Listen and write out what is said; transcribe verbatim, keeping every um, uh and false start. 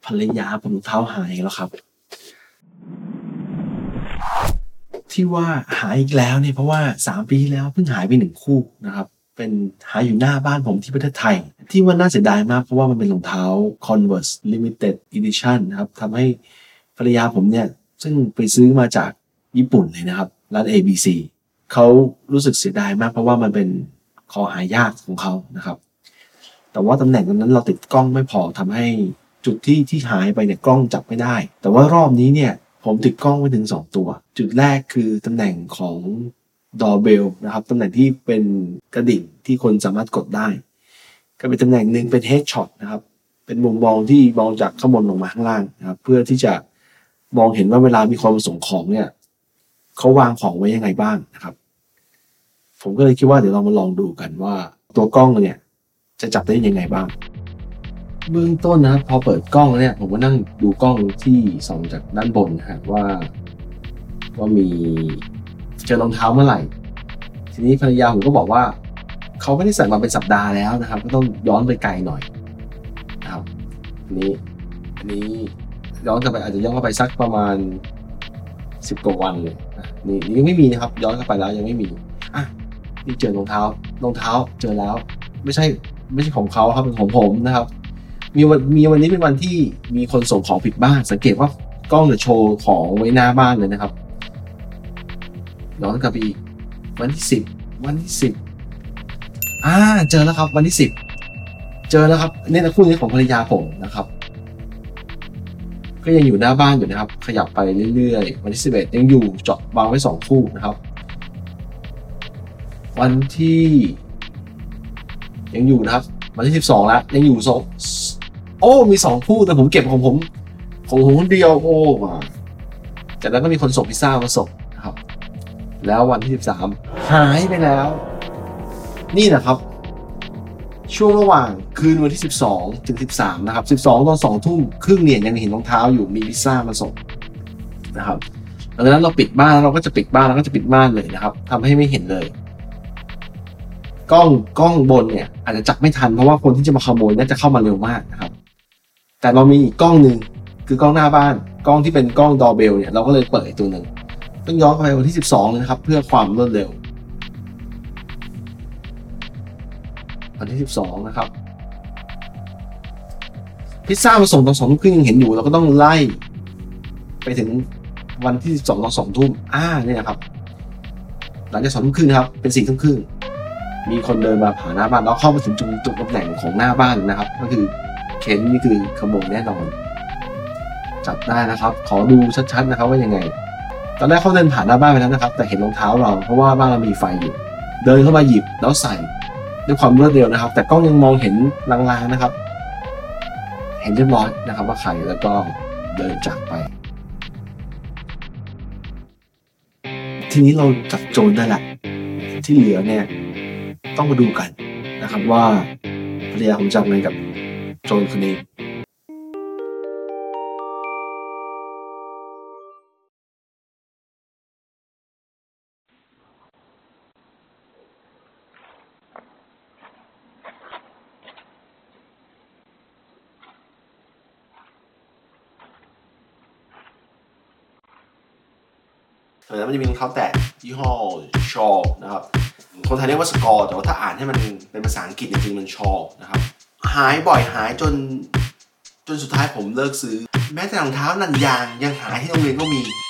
ภรรยาผมรองเท้าหายแล้วครับที่ว่าหายอีกแล้วเนี่ยเพราะว่าสามปีที่แล้วเพิ่งหายไปหนึ่งคู่นะครับเป็นหายอยู่หน้าบ้านผมที่ประเทศไทยที่ว่าน่าเสียดายมากเพราะว่ามันเป็นรองเท้า Converse Limited Edition นะครับทำให้ภรรยาผมเนี่ยซึ่งไปซื้อมาจากญี่ปุ่นเลยนะครับร้าน เอ บี ซี เขารู้สึกเสียดายมากเพราะว่ามันเป็นของหายากของเขานะครับแต่ว่าตำแหน่งตรงนั้นเราติดกล้องไม่พอทำให้จุดที่ที่หายไปเนี่ยกล้องจับไม่ได้แต่ว่ารอบนี้เนี่ยผมติดกล้องไว้ถึงสองตัวจุดแรกคือตำแหน่งของ doorbell นะครับตำแหน่งที่เป็นกระดิ่งที่คนสามารถกดได้ก็เป็นตำแหน่งหนึ่งเป็น headshot นะครับเป็นมุมมองที่มองจากข้างบนลงมาข้างล่างนะครับเพื่อที่จะมองเห็นว่าเวลามีคนมาส่งของเนี่ยเขาวางของไว้ยังไงบ้างนะครับผมก็เลยคิดว่าเดี๋ยวเรามาลองดูกันว่าตัวกล้องเนี่ยจะจับได้ยังไงบ้างเบื้องต้นนะครับพอเปิดกล้องเนี่ยผมก็นั่งดูกล้องที่ส่องจากด้านบนนะครับว่าว่ามีเจอรองเท้าเมื่อไหร่ทีนี้ภรรยาผมก็บอกว่าเขาไม่ได้ใส่มาเป็นสัปดาห์แล้วนะครับก็ต้องย้อนไปไกลหน่อยนะครับอันนี้อันนี้ย้อนกลับไปอาจจะย้อนกลับไปสักประมาณสิบกว่าวันเลยนี่นี่ยังไม่มีนะครับย้อนกลับไปแล้วยังไม่มีอ่ะนี่เจอรองเท้ารองเท้าเจอแล้วไม่ใช่ไม่ใช่ของเขาครับเป็นของผมนะครับมีวันมีวันนี้เป็นวันที่มีคนส่งของผิดบ้านสังเกตว่ากล้องจะโชว์ของไว้หน้าบ้านเลยนะครับย้อนกลับไปอีกวันที่สิบวันที่สิบอ่าเจอแล้วครับวันที่สิบเจอแล้วครับนี่นะคู่นี้ของภรรยาผมนะครับก็ยังอยู่หน้าบ้านอยู่นะครับขยับไปเรื่อยๆวันที่สิบเอ็ดยังอยู่เจาะวางไว้สองคู่นะครับวันที่ยังอยู่นะครับวันที่สิบสองแล้วยังอยู่สองโอ้มีสองคู่แต่ผมเก็บของผมของผมคนเดียวโอ้มาจากนั้นก็มีคนส่งพิซซ่ามาส่งนะครับแล้ววันที่สิบสามหายไปแล้วนี่นะครับช่วงระหว่างคืนวันที่สิบสองถึงสิบสามนะครับสิบสองตอนสองทุ่มครึ่งเนี่ยยังเห็นรองเท้าอยู่มีพิซซ่ามาส่งนะครับดังนั้นเราปิดบ้านเราก็จะปิดบ้านเราก็จะปิดม่านเลยนะครับทำให้ไม่เห็นเลยกล้องกล้องบนเนี่ยอาจจะจับไม่ทันเพราะว่าคนที่จะมาขโมยน่าจะเข้ามาเร็วมากนะครับแต่เรามีอีกกล้องหนึ่งคือกล้องหน้าบ้านกล้องที่เป็นกล้องดอร์เบลเนี่ยเราก็เลยเปิดตัวหนึ่งต้องย้อนไปวันที่สิบสองเลยนะครับเพื่อความรวดเร็ววันที่สิบสองนะครับพิซซ่ามาส่งตอนสองทุ่มครึ่งยังเห็นอยู่เราก็ต้องไล่ไปถึงวันที่สิบสองตอนสองทุ่มอ่าเนี่ยครับหลังจากสองทุ่มครึ่งครับเป็นสี่ทุ่มครึ่งมีคนเดินมาผ่านหน้าบ้านแล้วเข้ามาถึงจุดจุดตำแหน่งของหน้าบ้านนะครับก็คือเข็นนี่คือขโมยแน่นอนจับได้นะครับขอดูชัดๆนะครับว่ายังไงตอนแรกเขาเดินผ่านหน้าบ้านไปแล้วนะครับแต่เห็นรองเท้าเราเพราะว่าบ้านเรามีไฟอยู่เดินเข้ามาหยิบแล้วใส่ด้วยความรวดเร็วนะครับแต่กล้องยังมองเห็นลางๆนะครับเห็นเรียบร้อยนะครับว่าใครแล้วก็เดินจากไปทีนี้เราจับโจรได้แหละที่เหลือเนี่ยต้องมาดูกันนะครับว่าภรรยาผมจะทำไงกับโจรคนนี้แล้วมันจะมีรองเท้าแตะยี่ห้อชอนะครับคนไทยเรียกว่าสกอร์แต่ว่าถ้าอ่านให้มันเป็นภาษาอังกฤษจริงๆมันชอนะครับหายบ่อยหายจนจนสุดท้ายผมเลิกซื้อแม้แต่รองเท้านันยางยังหายที่โรงเรียนก็มี